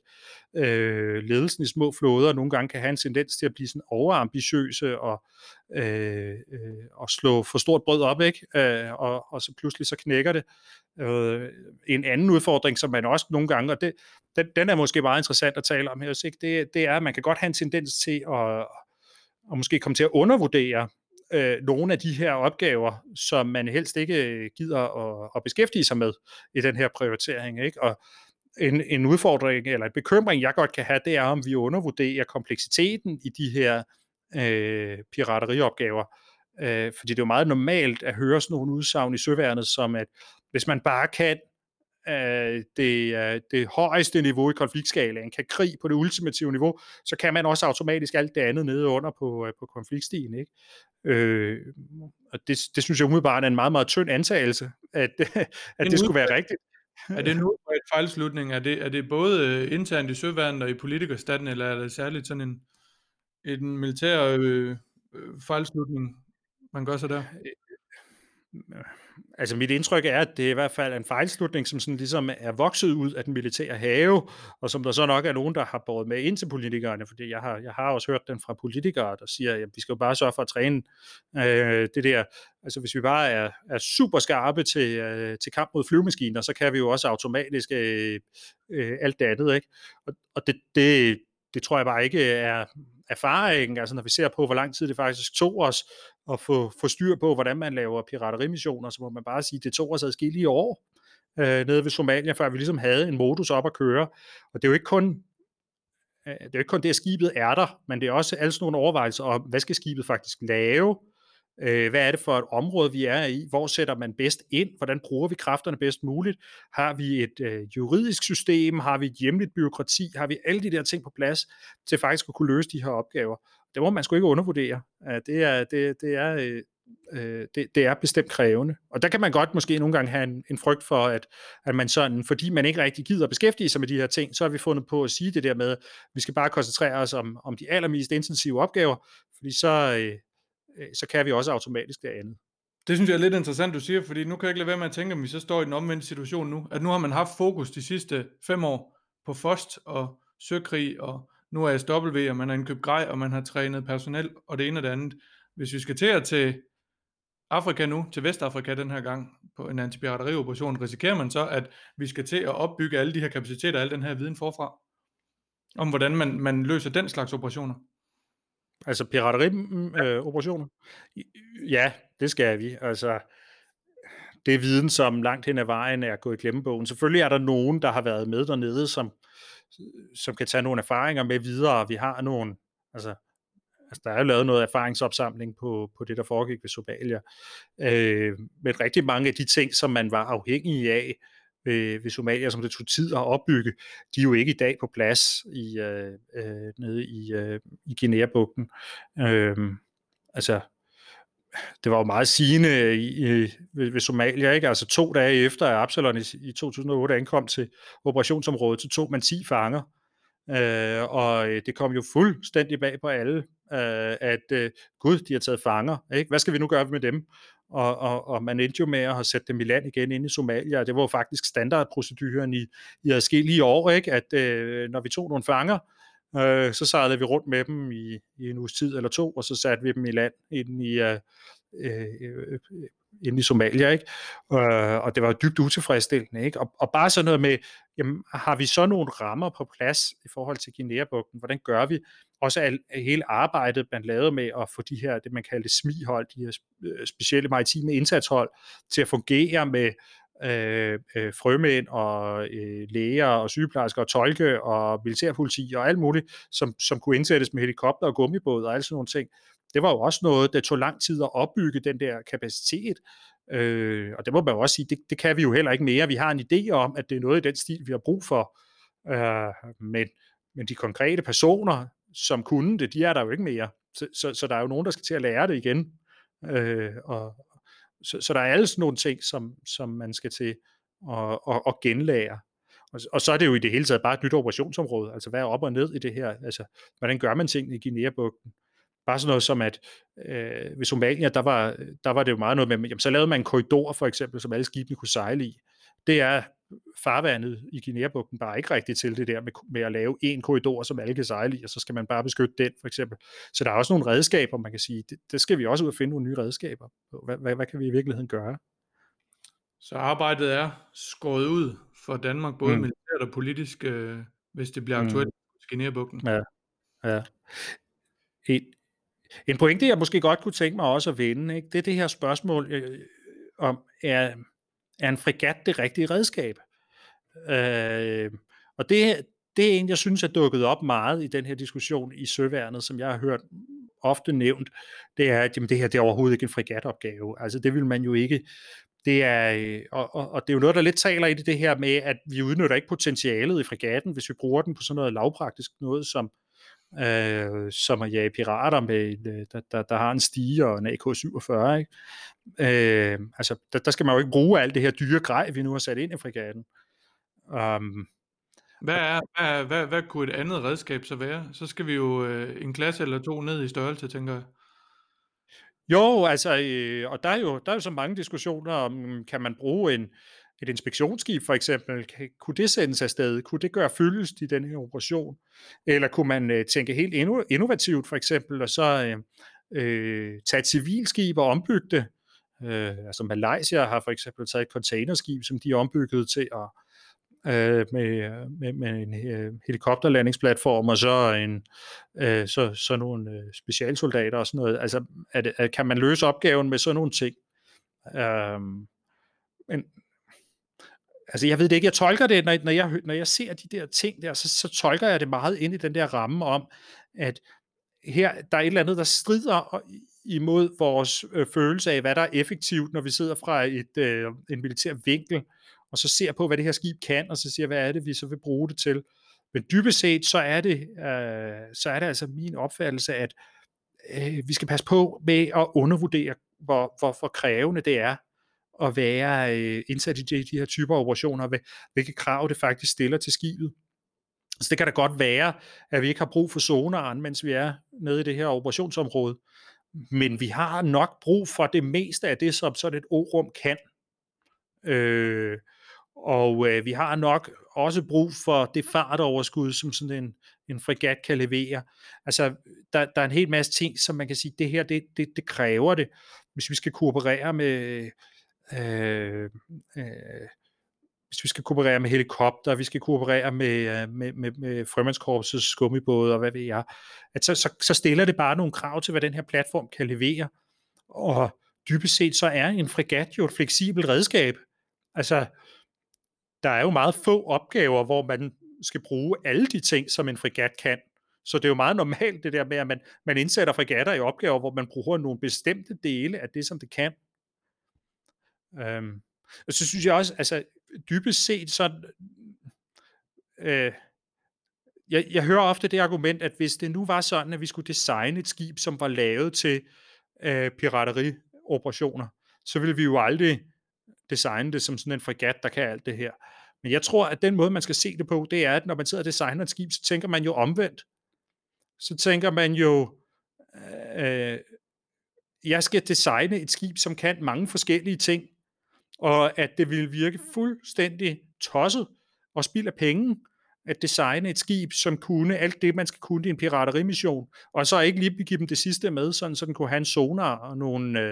øh, ledelsen i små flåder nogle gange kan have en tendens til at blive sådan overambitiøse og, øh, øh, og slå for stort brød op, ikke? Øh, og, og så pludselig så knækker det. Øh, en anden udfordring, som man også nogle gange, og det, den, den er måske meget interessant at tale om her, ikke? Det, det er, at man kan godt have en tendens til at, at måske komme til at undervurdere øh, nogle af de her opgaver, som man helst ikke gider at, at beskæftige sig med i den her prioritering, ikke? Og en, en udfordring eller en bekymring, jeg godt kan have, det er, om vi undervurderer kompleksiteten i de her øh, pirateriopgaver. Øh, fordi det er jo meget normalt at høre sådan nogle udsagn i søværnet, som at hvis man bare kan øh, det, øh, det højeste niveau i konfliktskalaen, kan krig på det ultimative niveau, så kan man også automatisk alt det andet nede under på, øh, på konfliktstigen, ikke? Øh, og det, det synes jeg umiddelbart er en meget, meget tynd antagelse, at, at det skulle være rigtigt. Er det nu en fejlslutning? Er det, er det både internt i søværnet og i politikerstanden, eller er det særligt sådan en, en militær øh, fejlslutning, man gør sig der? Altså mit indtryk er, at det er i hvert fald en fejlslutning, som sådan ligesom er vokset ud af den militære have, og som der så nok er nogen, der har båret med ind til politikerne, fordi jeg har, jeg har også hørt den fra politikere, der siger, at vi skal jo bare sørge for at træne øh, det der. Altså hvis vi bare er, er super skarpe til, øh, til kamp mod flyvemaskiner, så kan vi jo også automatisk øh, øh, alt det andet, ikke? Og, og det, det, det tror jeg bare ikke er erfaringen, altså når vi ser på, hvor lang tid det faktisk tog os at få, få styr på, hvordan man laver piraterimissioner, så må man bare sige, at det tog os adskillige år øh, nede ved Somalia, før vi ligesom havde en modus op at køre. Og det er jo ikke kun øh, det er jo ikke kun det, at skibet er der, men det er også alle sådan nogle overvejelser om, hvad skal skibet faktisk lave? Øh, hvad er det for et område, vi er i? Hvor sætter man bedst ind? Hvordan bruger vi kræfterne bedst muligt? Har vi et øh, juridisk system? Har vi et hjemligt byråkrati? Har vi alle de der ting på plads til faktisk at kunne løse de her opgaver? Det må man sgu ikke undervurdere. Det er, det, det er, øh, det, det er bestemt krævende. Og der kan man godt måske nogle gange have en, en frygt for, at, at man sådan, fordi man ikke rigtig gider beskæftige sig med de her ting, så har vi fundet på at sige det der med, at vi skal bare koncentrere os om, om de allermest intensive opgaver, fordi så, øh, så kan vi også automatisk det andet. Det synes jeg er lidt interessant, du siger, fordi nu kan jeg ikke lade være med at tænke, om vi så står i den omvendte situation nu, at nu har man haft fokus de sidste fem år på F O S T og søkrig, og nu er S W, og man har indkøbt grej, og man har trænet personel, og det ene og det andet. Hvis vi skal til at til Afrika nu, til Vestafrika den her gang, på en antipiraterioperation, risikerer man så, at vi skal til at opbygge alle de her kapaciteter, al den her viden forfra, om hvordan man, man løser den slags operationer? Altså piraterioperationer? Øh, ja, det skal vi. Altså, det er viden, som langt hen ad vejen er gået i glemmebogen. Selvfølgelig er der nogen, der har været med dernede, som, som kan tage nogle erfaringer med videre. Vi har nogle, altså, altså der er jo lavet noget erfaringsopsamling på, på det, der foregik ved Somalia. Øh, men rigtig mange af de ting, som man var afhængig af ved, ved Somalia, som det tog tid at opbygge, de er jo ikke i dag på plads i, øh, øh, nede i, øh, i Guinea-bugten. Øh, altså, det var jo meget sigende i, i, ved, ved Somalia, ikke? Altså to dage efter, at Absalon i, i to tusind og otte ankom til operationsområdet, så tog man ti fanger. Øh, og det kom jo fuldstændig bag på alle, øh, at øh, gud, de har taget fanger, ikke? Hvad skal vi nu gøre med dem? Og, og, og man endte jo med at sætte dem i land igen inde i Somalia, og det var jo faktisk standardproceduren i, i adskillige år, ikke? At øh, når vi tog nogle fanger, øh, så sejlede vi rundt med dem i, i en uges tid eller to, og så satte vi dem i land inde i, uh, øh, øh, inde i Somalia, ikke? Øh, og det var dybt utilfredsstillende, ikke? Og, og bare sådan noget med, jamen, har vi så nogle rammer på plads i forhold til Guinea-bugten? Hvordan gør vi? Også al, hele arbejdet, man lavede med at få de her, det man kaldte S M I-hold, de her specielle maritime indsatshold, til at fungere med øh, øh, frømænd og øh, læger og sygeplejersker og tolke og militærpoliti og alt muligt, som, som kunne indsættes med helikopter og gummibåd og alle sådan nogle ting. Det var jo også noget, der tog lang tid at opbygge den der kapacitet, øh, og det må man jo også sige, det, det kan vi jo heller ikke mere. Vi har en idé om, at det er noget i den stil, vi har brug for, øh, men, men de konkrete personer, som kunne det, de er der jo ikke mere. Så, så, så der er jo nogen, der skal til at lære det igen. Øh, og, så, så der er alle sådan nogle ting, som, som man skal til at, at, at genlære. Og, og så er det jo i det hele taget bare et nyt operationsområde. Altså hvad er op og ned i det her? Altså, hvordan gør man tingene i Guinea-bugten? Bare sådan noget som, at øh, ved Somalia, der var, der var det jo meget noget med, jamen, så lavede man en korridor for eksempel, som alle skibene kunne sejle i. Det er farvandet i Guinea-bugten bare ikke rigtigt til det der med, med at lave en korridor, som alle kan sejle i, og så skal man bare beskytte den for eksempel. Så der er også nogle redskaber, man kan sige, det, det skal vi også ud og finde nogle nye redskaber. Hvad, hvad, hvad kan vi i virkeligheden gøre? Så arbejdet er skåret ud for Danmark, både mm. militært og politisk, øh, hvis det bliver mm. aktuelt i Guinea-bugten. Ja, ja. En, en pointe, jeg måske godt kunne tænke mig også at vende, ikke? Det er det her spørgsmål øh, om, er, er en fregat det rigtige redskab? Øh, og det, det er en, jeg synes er dukket op meget i den her diskussion i Søværnet, som jeg har hørt ofte nævnt, det er, at jamen, det her det er overhovedet ikke en fregatopgave. Altså det vil man jo ikke. Det er, og, og, og det er jo noget, der lidt taler i det, det her med, at vi udnytter ikke potentialet i fregatten, hvis vi bruger den på sådan noget lavpraktisk noget, som Øh, som at jage pirater med, der, der, der har en stige og en A K syvogfyrre, ikke? Øh, altså, der, der skal man jo ikke bruge alt det her dyre grej, vi nu har sat ind i fregatten. Um, hvad, er, hvad, hvad, hvad kunne et andet redskab så være? Så skal vi jo øh, en klasse eller to ned i størrelse, tænker jeg. Jo, altså, øh, og der er jo, der er jo så mange diskussioner om, kan man bruge en, et inspektionsskib for eksempel, kan, kunne det sendes afsted? Kunne det gøre fyldest i den her operation? Eller kunne man øh, tænke helt inno, innovativt for eksempel, og så øh, øh, tage et civilskib og ombygge det? Øh, altså Malaysia har for eksempel taget et containerskib, som de er ombygget til at øh, med, med, med en øh, helikopterlandingsplatform og så en øh, så, så nogle øh, specialsoldater og sådan noget. Altså er det, er, kan man løse opgaven med sådan nogle ting? Øh, men altså jeg ved det ikke, jeg tolker det, når, når, jeg, når jeg ser de der ting der, så, så tolker jeg det meget ind i den der ramme om, at her, der er et eller andet, der strider imod vores øh, følelse af, hvad der er effektivt, når vi sidder fra et, øh, en militær vinkel, og så ser på, hvad det her skib kan, og så siger, hvad er det, vi så vil bruge det til. Men dybest set, så er det, øh, så er det altså min opfattelse, at øh, vi skal passe på med at undervurdere, hvor, hvor, hvor krævende det er at være øh, indsat i de, de her typer af operationer, og hvilke krav det faktisk stiller til skibet. Så det kan da godt være, at vi ikke har brug for sonaren, mens vi er nede i det her operationsområde. Men vi har nok brug for det meste af det, som sådan et O-rum kan. Øh, og øh, vi har nok også brug for det fartoverskud, som sådan en, en fregat kan levere. Altså, der, der er en hel masse ting, som man kan sige, det her, det, det, det kræver det, hvis vi skal kooperere med... Øh, øh, hvis vi skal kooperere med helikopter, vi skal kooperere med, med, med, med frømandskorpsets gummibåde og hvad ved jeg, at så, så, så stiller det bare nogle krav til, hvad den her platform kan levere. Og dybest set så er en fregat jo et fleksibelt redskab. Altså, der er jo meget få opgaver, hvor man skal bruge alle de ting, som en fregat kan. Så det er jo meget normalt det der med, at man, man indsætter fregatter i opgaver, hvor man bruger nogle bestemte dele af det, som det kan. Øhm, og så synes jeg også, altså dybest set så øh, jeg, jeg hører ofte det argument, at hvis det nu var sådan, at vi skulle designe et skib, som var lavet til øh, piraterioperationer, så ville vi jo aldrig designe det som sådan en fregat, der kan alt det her. Men jeg tror, at den måde, man skal se det på, det er, at når man sidder og designer et skib, så tænker man jo omvendt. Så tænker man jo, øh, jeg skal designe et skib, som kan mange forskellige ting, og at det ville virke fuldstændig tosset og spild af penge at designe et skib, som kunne alt det, man skal kunne i en piraterimission, og så ikke lige give dem det sidste med, sådan, så den kunne have en sonar og nogle, øh,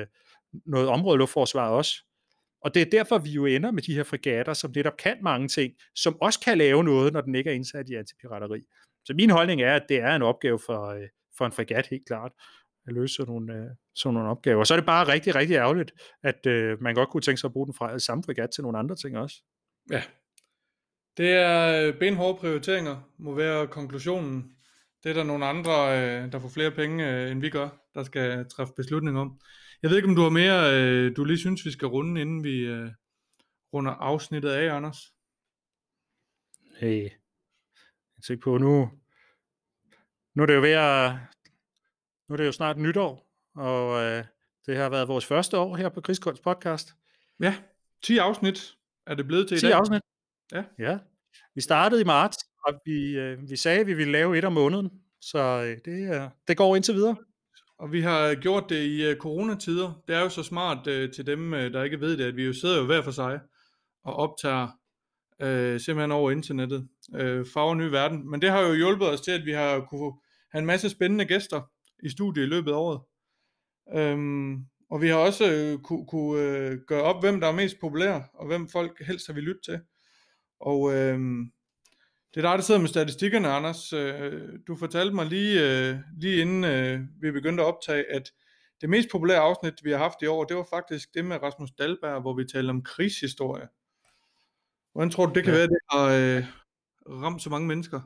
noget område luftforsvar også. Og det er derfor, vi jo ender med de her fregatter, som netop kan mange ting, som også kan lave noget, når den ikke er indsat i antipirateri. Så min holdning er, at det er en opgave for, øh, for en fregat, helt klart, at løse sådan nogle, øh, sådan nogle opgaver. Og så er det bare rigtig, rigtig ærgerligt, at øh, man godt kunne tænke sig at bruge den fra samme fregat til nogle andre ting også. Ja, det er benhårde prioriteringer, må være konklusionen. Det er der nogle andre, der får flere penge, end vi gør, der skal træffe beslutning om. Jeg ved ikke, om du har mere, du lige synes, vi skal runde, inden vi runder afsnittet af, Anders? Hey, jeg tænker på nu, nu er det jo ved at, nu er det jo snart nytår, og øh, det har været vores første år her på Krigskunst podcast. Ja, ti afsnit er det blevet til i dag. ti afsnit? Ja. Ja. Vi startede i marts, og vi, øh, vi sagde, at vi ville lave et om måneden, så øh, det, øh, det går indtil videre. Og vi har gjort det i uh, coronatider. Det er jo så smart uh, til dem, uh, der ikke ved det, at vi jo sidder jo hver for sig og optager uh, simpelthen over internettet. Uh, farver ny verden. Men det har jo hjulpet os til, at vi har kunne have en masse spændende gæster i studiet i løbet af året. Um, og vi har også uh, kunne, kunne uh, gøre op, hvem der er mest populær, og hvem folk helst har vi lyttet til. Og uh, det er dig, der sidder med statistikkerne, Anders. Du fortalte mig lige, lige inden vi begyndte at optage, at det mest populære afsnit, vi har haft i år, det var faktisk det med Rasmus Dahlberg, hvor vi talte om krigshistorie. Hvordan tror du, det kan ja. være, det har øh, ramt så mange mennesker?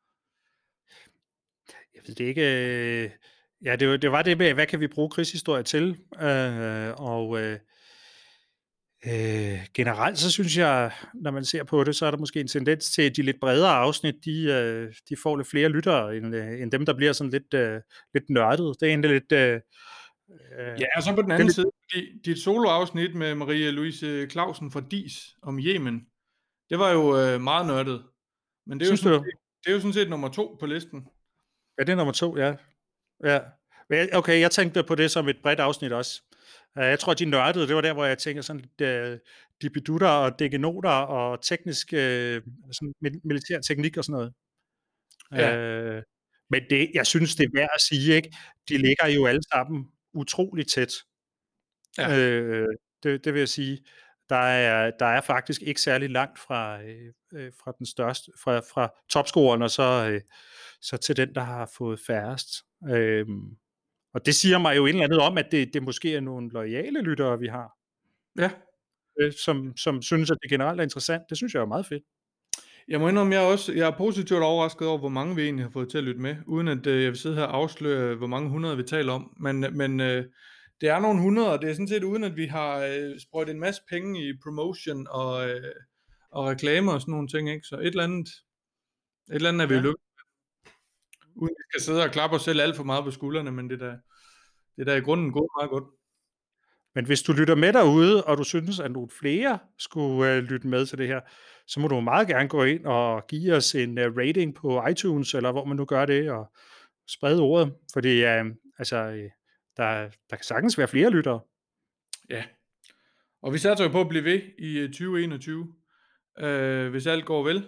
Jeg ved det ikke. Ja, det var det, var det med, hvad kan vi bruge krigshistorie til? Øh, og øh, øh, generelt så synes jeg, når man ser på det, så er der måske en tendens til, at de lidt bredere afsnit, de, øh, de får lidt flere lyttere, end, øh, end dem, der bliver sådan lidt, øh, lidt nørdet. Det er egentlig lidt... Øh, ja, og så på den anden lidt... side, fordi dit soloafsnit med Marie Louise Clausen fra D I S om Yemen, det var jo øh, meget nørdet. Men det er, jo sådan, set, det er jo sådan set nummer to på listen. Ja, det er nummer to, ja. Ja. Okay, jeg tænkte på det som et bredt afsnit også. Jeg tror, de nørdede, det var der, hvor jeg tænker sådan lidt uh, dipidutter og degenoter og teknisk uh, sådan militær teknik og sådan noget. Ja. Uh, men det, jeg synes, det er værd at sige, ikke? De ligger jo alle sammen utroligt tæt. Ja. Uh, det, det vil jeg sige. Der er, der er faktisk ikke særlig langt fra, øh, fra den største, fra, fra topscoren og så, øh, så til den, der har fået færrest. Øh, og det siger mig jo et eller andet om, at det, det måske er nogle loyale lyttere, vi har. Ja. Øh, som, som synes, at det generelt er interessant. Det synes jeg er meget fedt. Jeg må indrømme, jeg er også jeg er positivt overrasket over, hvor mange vi egentlig har fået til at lytte med, uden at øh, jeg vil sidde her og afsløre, hvor mange hundrede vi taler om. Men, men øh, det er nogle hundrede, og det er sådan set uden, at vi har øh, sprøjtet en masse penge i promotion og, øh, og reklamer og sådan nogle ting, ikke? Så et eller andet, et eller andet er vi ja. lykket med. Uden at vi skal sidde og klappe os selv alt for meget på skuldrene, men det er da, det er da i grunden gået meget godt. Men hvis du lytter med derude, og du synes, at nogle flere skulle øh, lytte med til det her, så må du meget gerne gå ind og give os en uh, rating på iTunes, eller hvor man nu gør det, og sprede ordet. Fordi øh, altså, øh, der, der kan sagtens være flere lyttere. Ja, og vi satser jo på at blive ved i tyve enogtyve, øh, hvis alt går vel.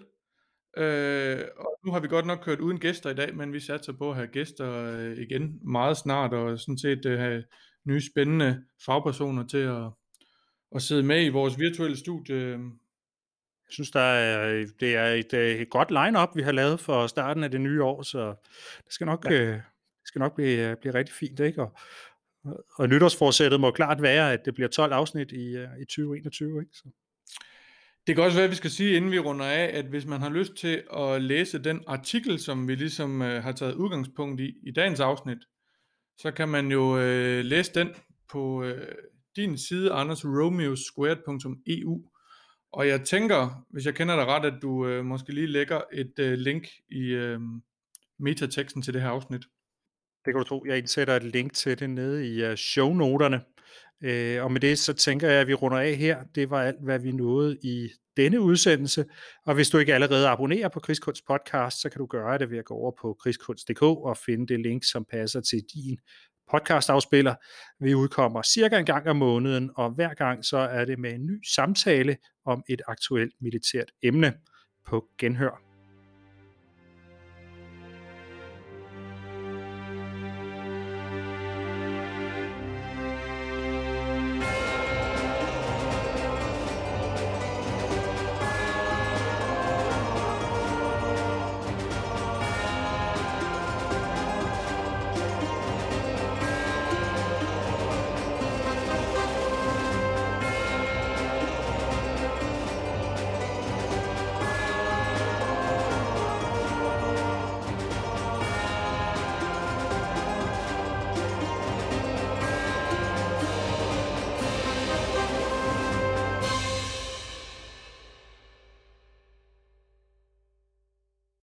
Øh, og nu har vi godt nok kørt uden gæster i dag, men vi satser på at have gæster øh, igen meget snart, og sådan set øh, have nye spændende fagpersoner til at, at sidde med i vores virtuelle studie. Jeg synes, der er, det er et, et godt line-up, vi har lavet for starten af det nye år, så det skal nok, ja. øh, det skal nok blive, blive rigtig fint, ikke? Og, og nytårsforsættet må klart være, at det bliver tolv afsnit i, i tyve enogtyve, ikke? Så. Det kan også være, at vi skal sige, inden vi runder af, at hvis man har lyst til at læse den artikel, som vi ligesom øh, har taget udgangspunkt i i dagens afsnit, så kan man jo øh, læse den på øh, din side, anders romeo squared punktum e u. Og jeg tænker, hvis jeg kender dig ret, at du øh, måske lige lægger et øh, link i øh, metateksten til det her afsnit. Det kan du tro. Jeg indsætter et link til det nede i uh, shownoterne. Øh, og med det, så tænker jeg, at vi runder af her. Det var alt, hvad vi nåede i denne udsendelse. Og hvis du ikke allerede abonnerer på Krigskunst podcast, så kan du gøre det ved at gå over på krigskunst punktum d k og finde det link, som passer til din podcastafspiller. Vi udkommer cirka en gang om måneden, og hver gang så er det med en ny samtale om et aktuelt militært emne. På genhør.